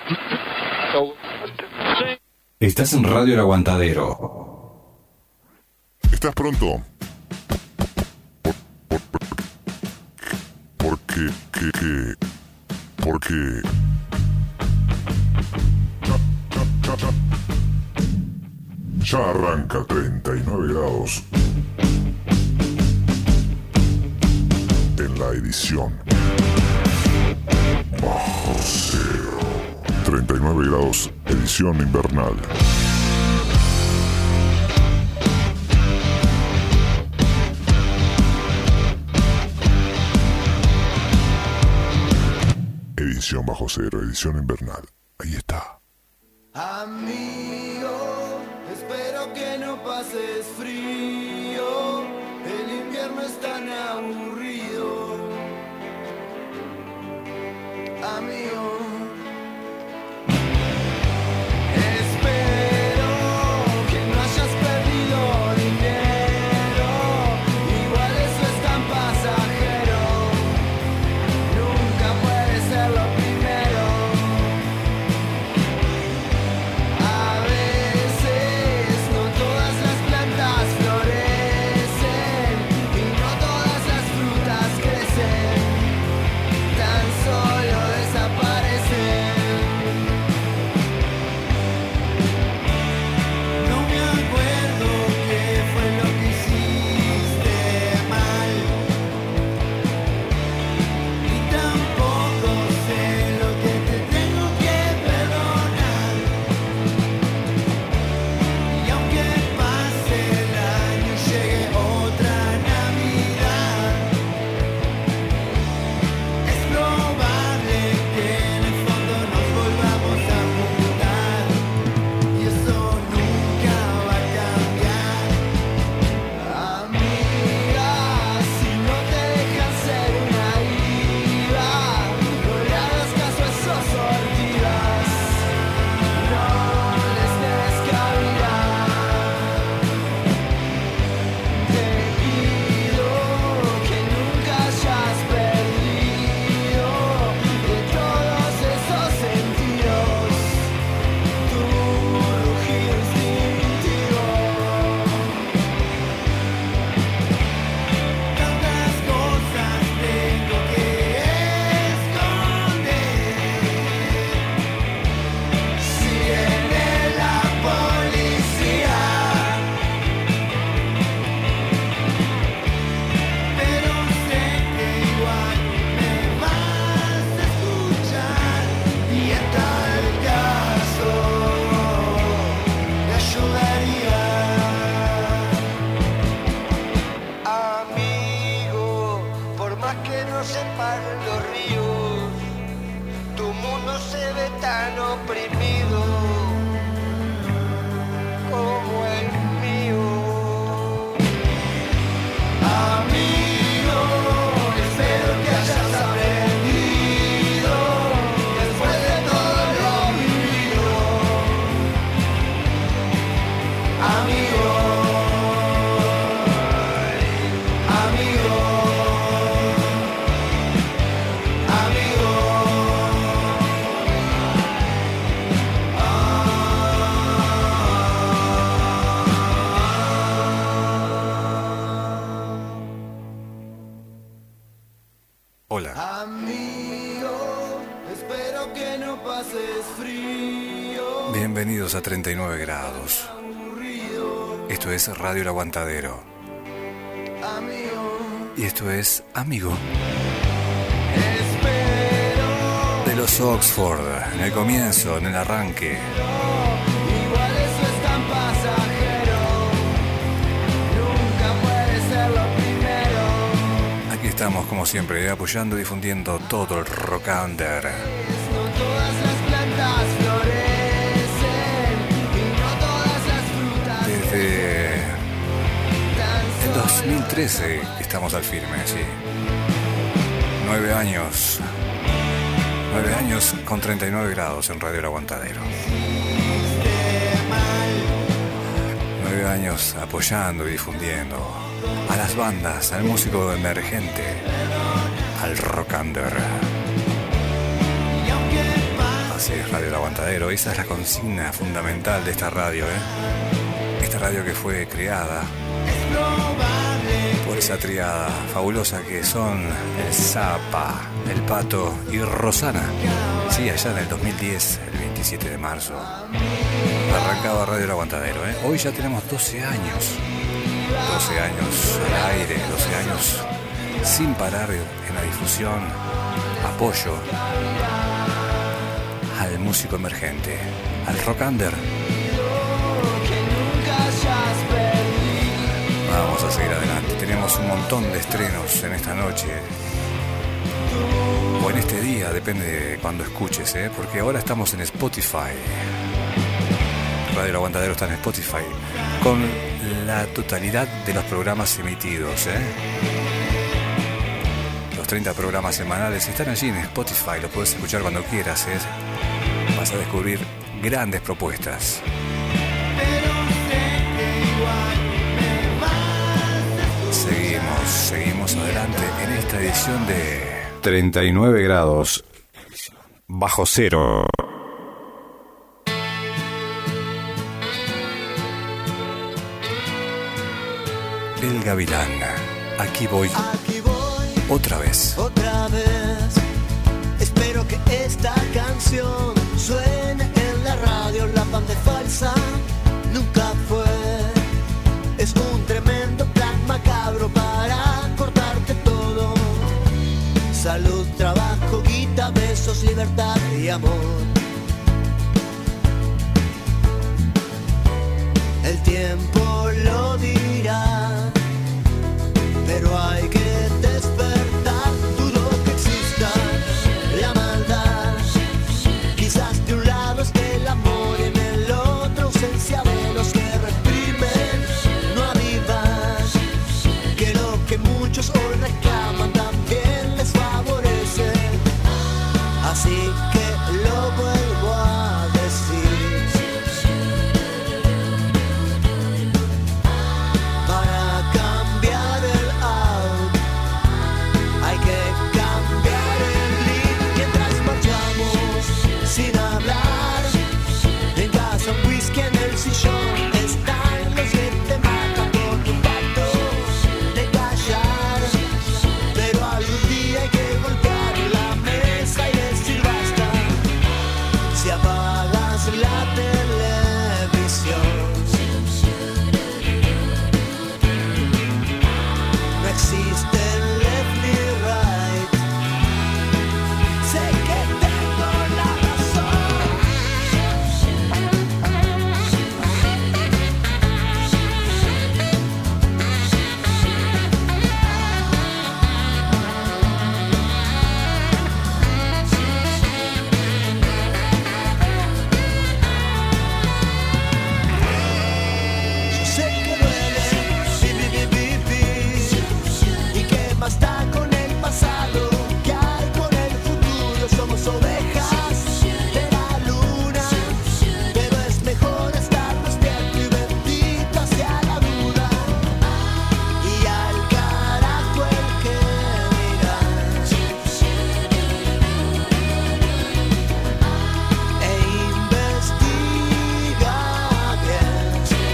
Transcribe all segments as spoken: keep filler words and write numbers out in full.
Estás en Radio El Aguantadero. ¿Estás pronto? Porque, que, que, porque... Ya arranca treinta y nueve grados en la edición bajo cero. treinta y nueve grados, edición invernal. Edición bajo cero, edición invernal. Ahí está. Amigo, espero que no pases frío. El invierno es tan aburrido. Amigo, espero que no hayas perdido dinero. Igual eso es tan pasajero. Nunca puede ser lo primero. A veces no todas las plantas florecen y no todas las frutas crecen. Tan solo desaparecen. No me acuerdo qué fue lo que hiciste mal, y tampoco sé lo que te tengo que perdonar. Y aunque pase el año y llegue otra Navidad, es probable que en el fondo nos volvamos a juntar. Y eso nunca va a cambiar. Amiga, si no te dejan ser una diva, no le hagas caso a esos sortidas. No les des cabida. Te pido que nunca hayas perdido de todos esos sentidos tu rugido instintivo. Tantas cosas tengo que esconder. Si viene la policía, pero sé que igual me vas a escuchar, y en tal caso te ayudaría. Amigo, por más que no sepan los ríos, tu mundo se ve tan oprimido como el mío. Amigo, espero que hayas aprendido después de todo lo vivido. Amigo, amigo, amigo. Hola. Amigo, espero que no pases frío. Bienvenidos a treinta y nueve grados. Esto es Radio El Aguantadero. Amigo, Y esto es Amigo espero de los Oxford. En el comienzo, en el arranque. igual eso es tan pasajero. Nunca puede ser lo primero. Aquí estamos, como siempre, apoyando y difundiendo todo el rock under. No todas las plantas florecen y no todas las frutas Desde tan el solo dos mil trece estamos al firme, sí. Nueve años. Nueve años con treinta y nueve grados en Radio El Aguantadero. Nueve años apoyando y difundiendo a las bandas, al músico emergente, al rock under. hace Radio El Aguantadero. Esa es la consigna fundamental de esta radio, ¿eh? Esta radio que fue creada por esa triada fabulosa que son el Zapa, el Pato y Rosana. Sí, allá en el dos mil diez, el veintisiete de marzo, arrancaba Radio El Aguantadero, ¿eh? Hoy ya tenemos doce años. doce años al aire, doce años sin parar en la difusión, apoyo al músico emergente, al rock under. Vamos a seguir adelante. Tenemos un montón de estrenos en esta noche o en este día, depende de cuando escuches, ¿eh? Porque ahora estamos en Spotify. Radio El Aguantadero está en Spotify con la totalidad de los programas emitidos, ¿eh? Los treinta programas semanales están allí en Spotify. Los puedes escuchar cuando quieras, ¿eh? Vas a descubrir grandes propuestas. Seguimos, seguimos adelante en esta edición de treinta y nueve grados bajo cero. El Gavilán, aquí voy, Aquí voy otra vez. otra vez. Espero que esta canción suene en la radio. La banda falsa nunca fue. Es un tremendo plan macabro para cortarte todo. Salud, trabajo, guita, besos, libertad y amor. El tiempo lo dirá, pero hay que despertar. Dudo que exista la maldad. Quizás de un lado esté el amor y en el otro ausencia de los que reprimen, no avivan. Que lo que muchos hoy reclaman también les favorece. Así que lo vuelvo a decir. Para cambiar el out hay que cambiar el lead. Mientras marchamos sin hablar, en casa un whisky en el sillón, están los que te matan por tu pacto de callar. Pero algún día hay que golpear la mesa y decir basta. Si apagas la televisión, no existe left ni right. Sé que tengo la razón. Yo sé que duele, bi, bi, bi, bi, bi. Y qué más da con el pasado, que hay con el futuro. Somos ovejas de la luna, pero es mejor estar despierto y bendito hacia la duda. Y al carajo el que dirá, e investiga bien.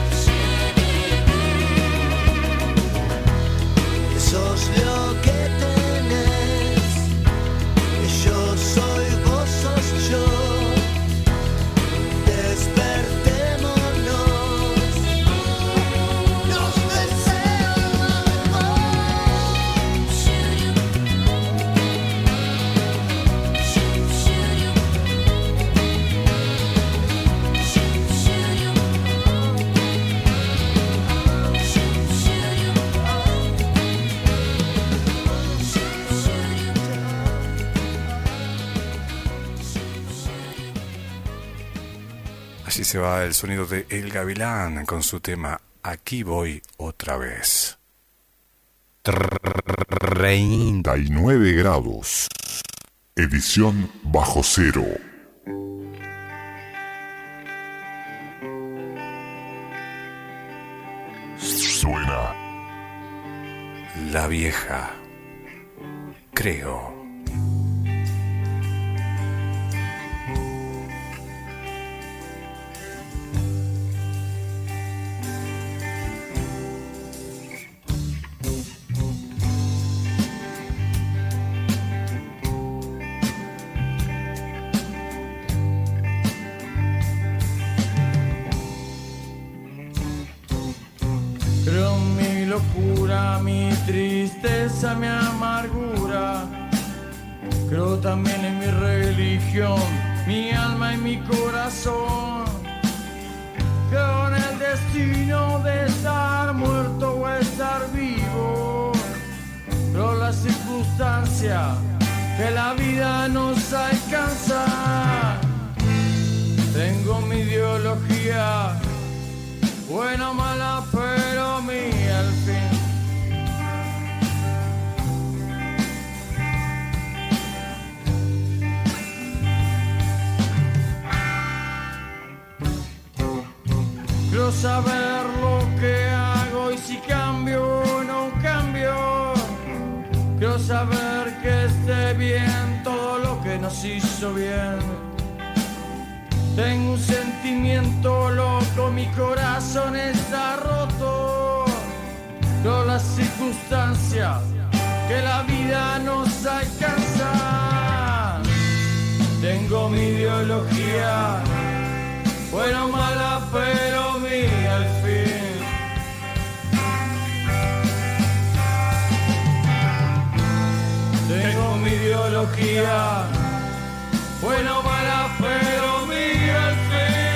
Sos lo que tenés, yo soy, vos sos yo. Despertémonos, nos Así se va el sonido de El Gavilán con su tema Aquí voy otra vez. treinta y nueve grados. Edición bajo cero. Suena La Vieja, creo. vida, mi tristeza, mi amargura. Creo también en mi religión, mi alma y mi corazón. Creo en el destino de estar muerto o estar vivo. Creo en la circunstancia que la vida nos alcanza. Tengo mi ideología, buena o mala, pero mía al fin. Quiero saber lo que hago y si cambio o no cambio. Quiero saber que esté bien todo lo que nos hizo bien. Tengo un sentimiento loco, mi corazón está roto. Pero las circunstancias que la vida nos alcanza. Tengo mi ideología, buena o mala, pero mía al fin. Tengo mi ideología, buena o mala, pero mía al fin.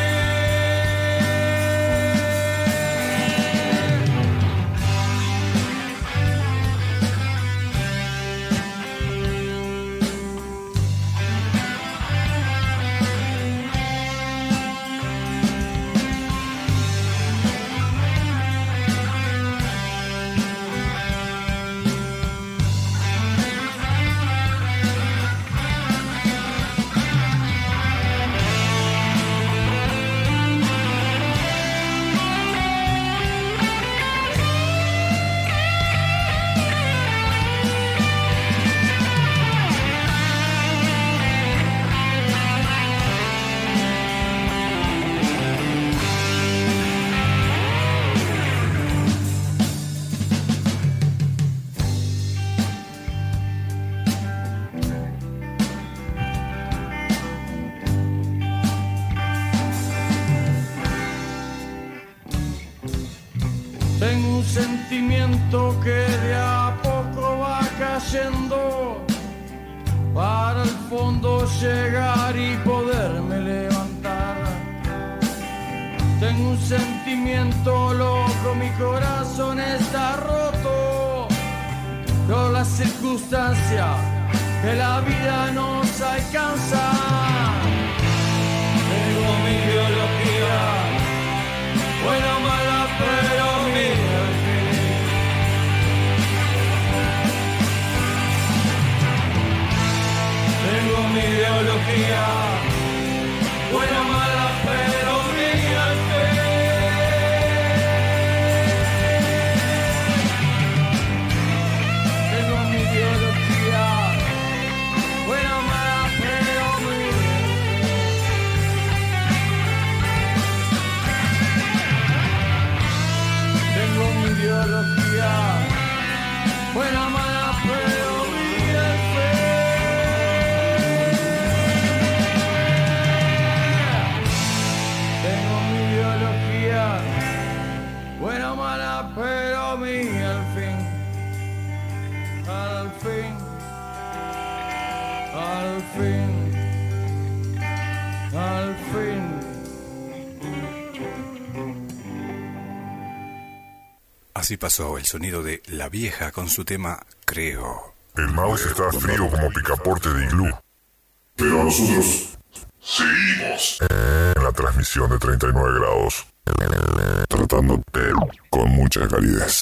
Tengo un sentimiento que de a poco va cayendo para el fondo llegar y poderme levantar. Tengo un sentimiento loco, mi corazón está roto. Pero las circunstancias que la vida nos alcanza. Tengo mi ideología, buena o mala, pero mía al fin. Tengo mi ideología, buena o mala, pero mía al fin. Tengo mi ideología, buena o mala, pero mía. Tengo mi ideología, buena o mala, pero mía al fin. Tengo mi ideología, buena o mala, pero mía al fin. Al fin, al fin, al fin. Así pasó el sonido de La Vieja con su tema Creo. El mouse está frío como picaporte de iglú. Pero nosotros seguimos en la transmisión de treinta y nueve grados, tratándote con mucha calidez.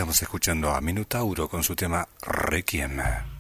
Estamos escuchando a Minotauro con su tema Requiem.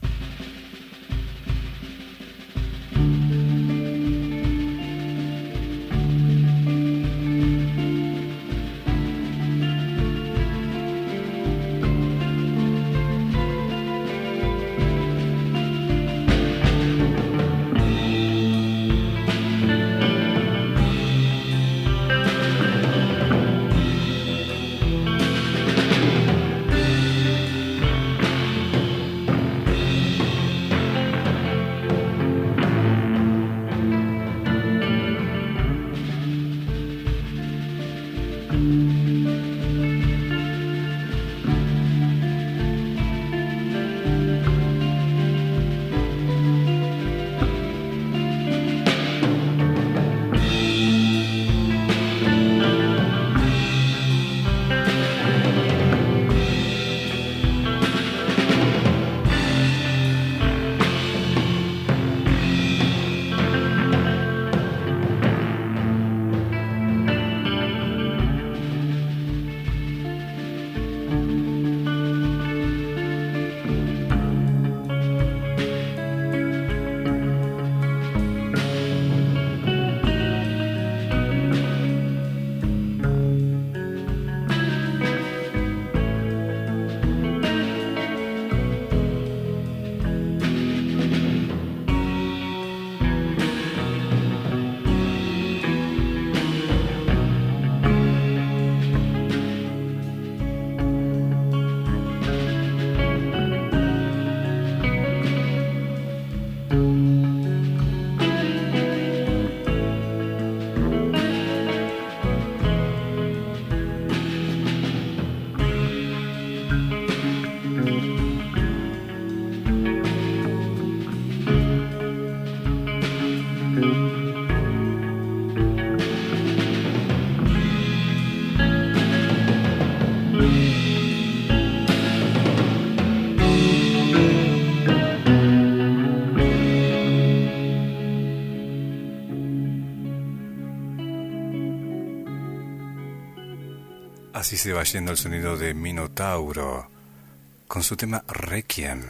Así se va yendo el sonido de Minotauro con su tema Requiem.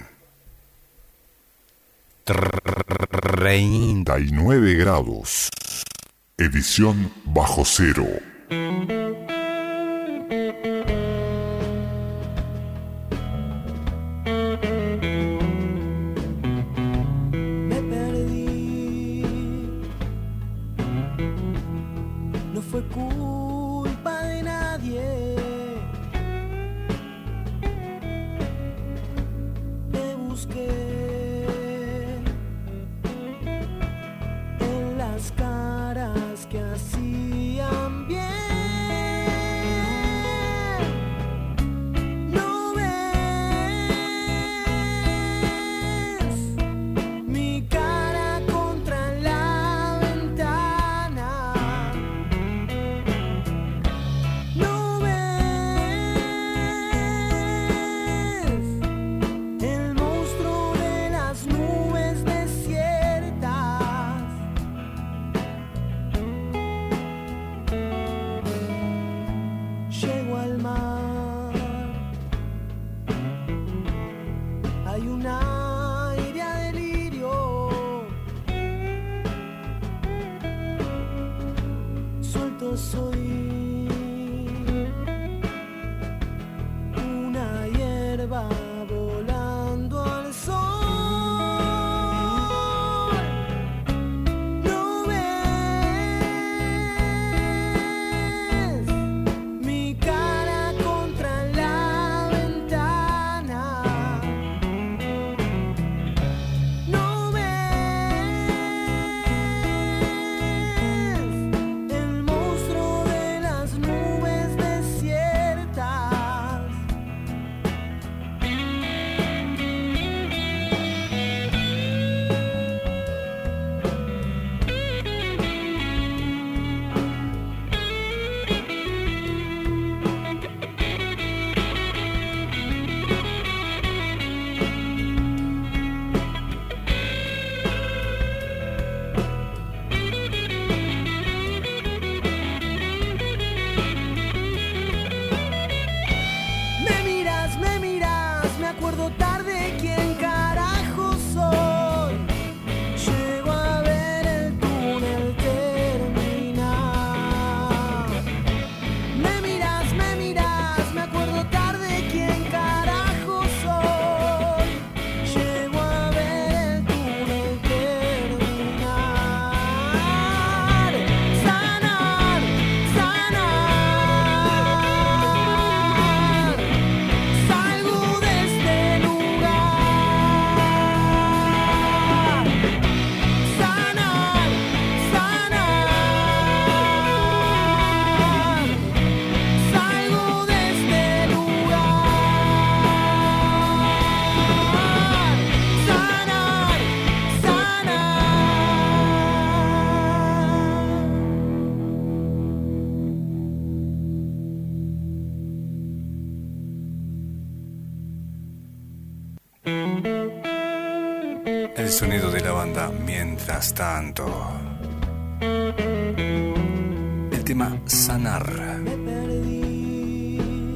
treinta y nueve grados. Edición bajo cero. Me perdí. No fue culpa de nadie. Te busqué en las caras que hacían bien. El sonido de la banda Mientras Tanto. El tema Sanar. Me perdí.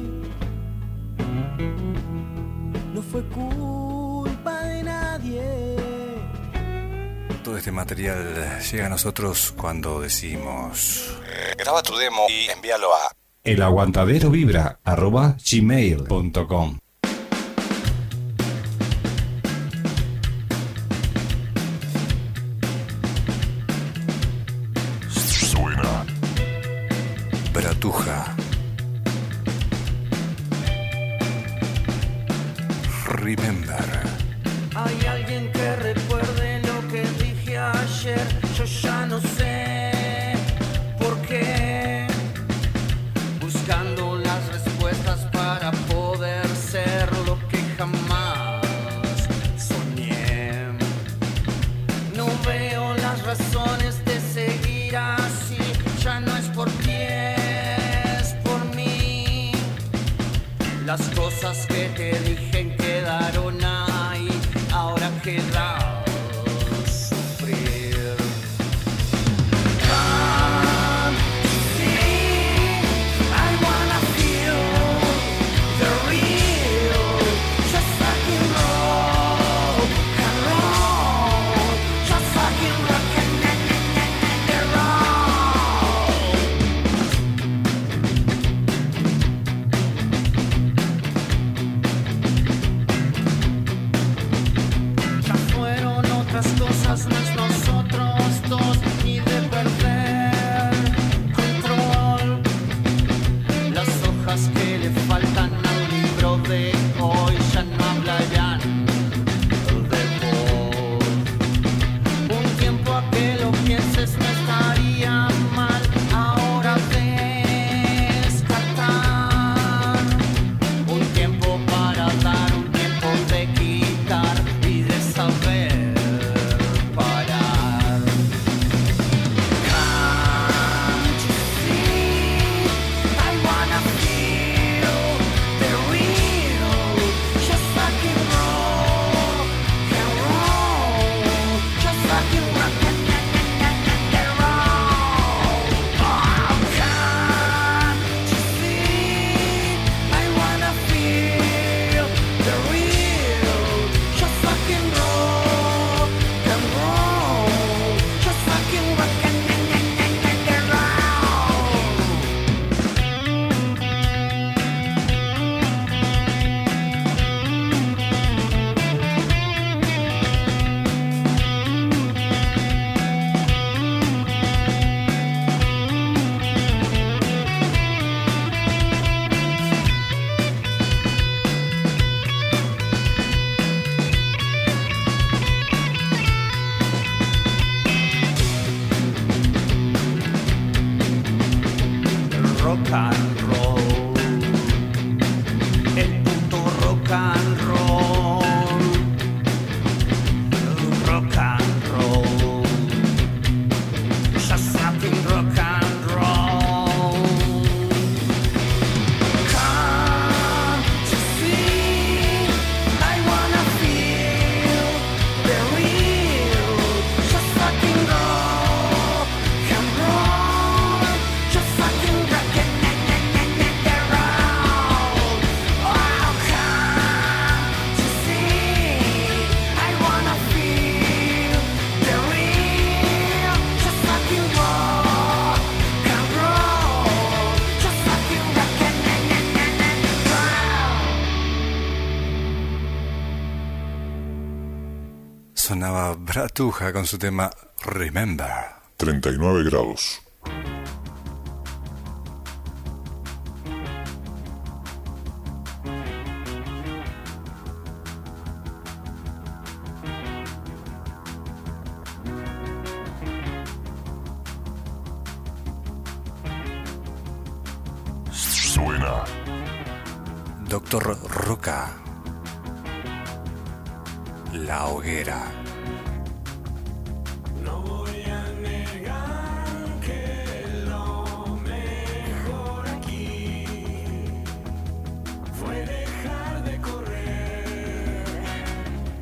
No fue culpa de nadie. Todo este material llega a nosotros cuando decimos: graba tu demo y envíalo a elaguantadero.vibra arroba gmail punto com. Suena Bratuja. Remember. Hay alguien que recuerde lo que dije ayer. Yo ya no sé por qué. Buscando las respuestas para poder ser lo que jamás soñé. No veo las razones de seguir así. Ya no es por ti, es por mí. Las cosas que te dije quedaron ahí. Ahora queda sufrir. Come see, I wanna feel the real, just like in rock and roll, just like in rock and roll. Ya fueron otras cosas, no es nosotros dos, ni de perder control. Las hojas que le faltan al libro de hoy ya no hablarán de vos. Un tiempo a que lo pienses no estaría mal. Ahora descartar. Un tiempo para dar, un tiempo de quitar y de saber parar. Can't you see? I wanna feel the real, just like in rock and roll, just like in rock and roll. Oh, can't you see? I wanna feel the real, just like in rock and roll, just like in rock and roll. Rock and roll, el puto rock and roll, rock and roll, just like in rock and roll. Can't you see? I wanna feel the real, just like in rock and roll, just like in rock and roll. Oh, can't you see? I wanna feel the real, just like in rock and roll, just like in rock and roll. Sonaba Bratuja con su tema Remember. treinta y nueve grados. Suena Doctor Roca. La hoguera. No voy a negar que lo mejor aquí fue dejar de correr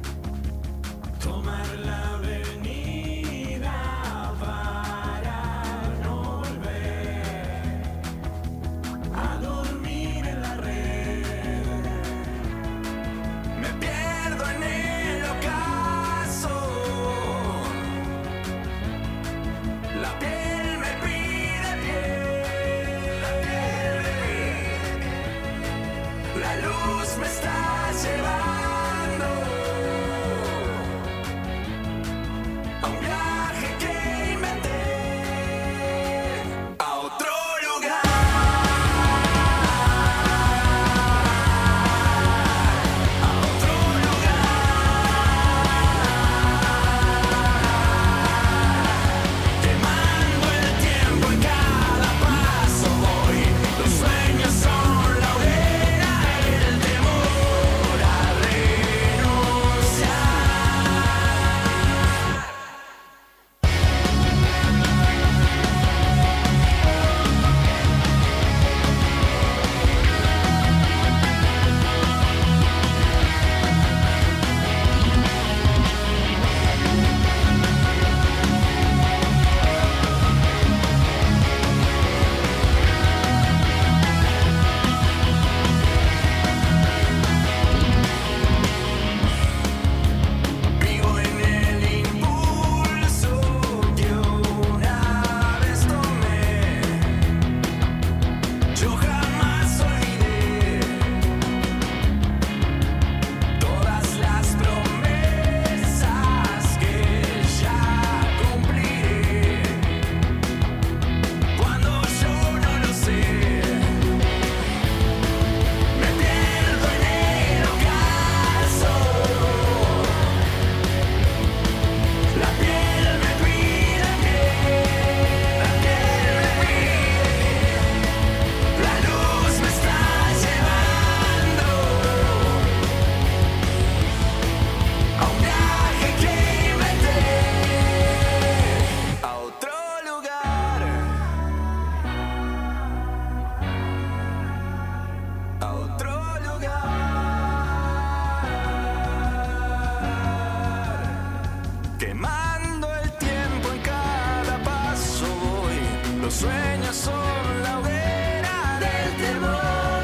sueños son la hoguera del temor.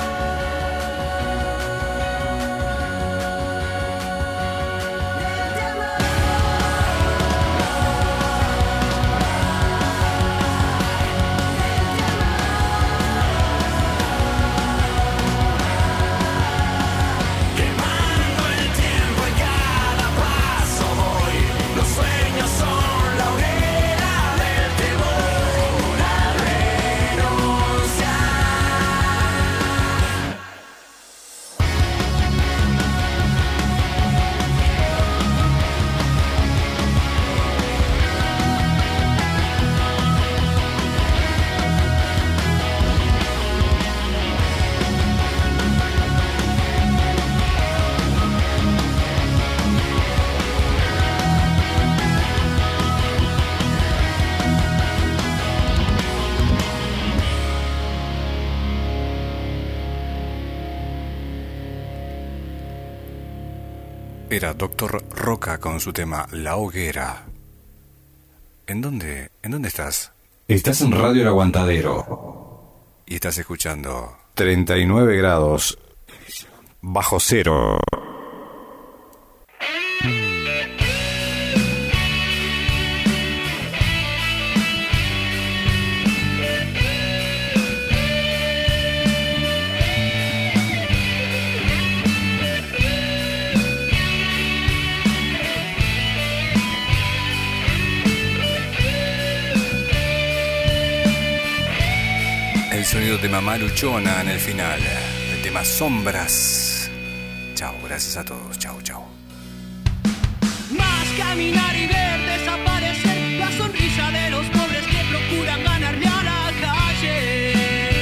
Era Doctor Roca con su tema La Hoguera. ¿En dónde, en dónde estás? Estás en Radio El Aguantadero. Y estás escuchando treinta y nueve grados bajo cero. el sonido de Mamá Luchona en el final, el tema Sombras. Chao, gracias a todos, chao, chao. Más caminar y ver desaparecer la sonrisa de los pobres que procuran ganarle a la calle.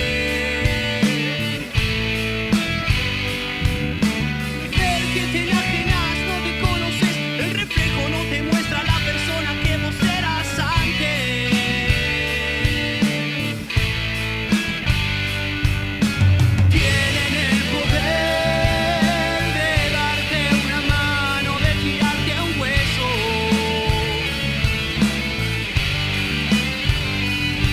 Ver que te enajenas, no te conoces, el reflejo no te muestra la persona que vos eras antes. Tienen el poder de darte una mano, de tirarte un hueso.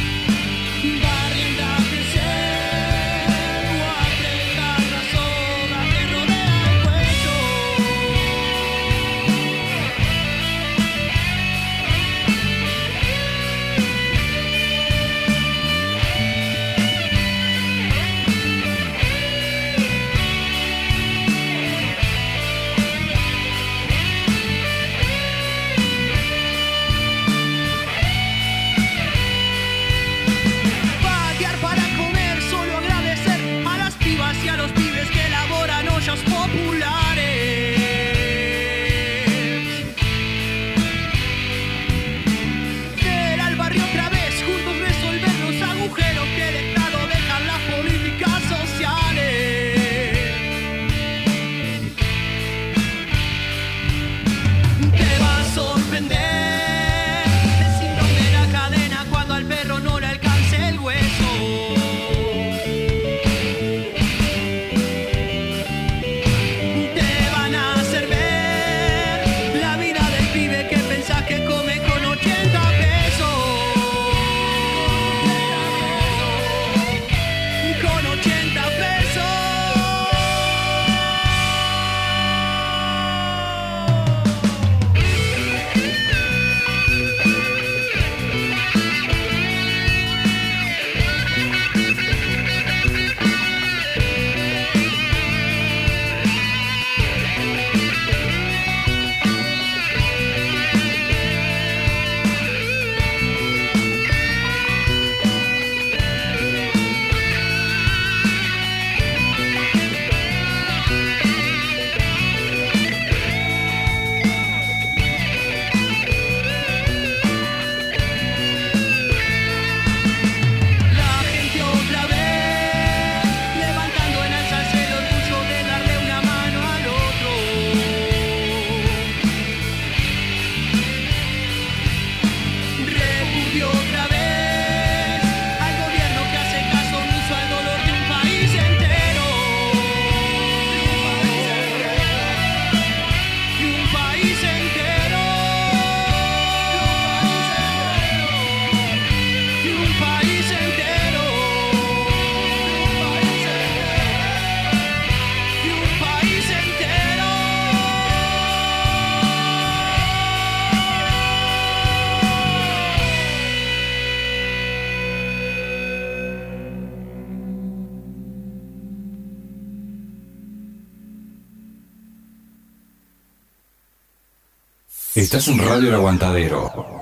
Estás en Radio El Aguantadero.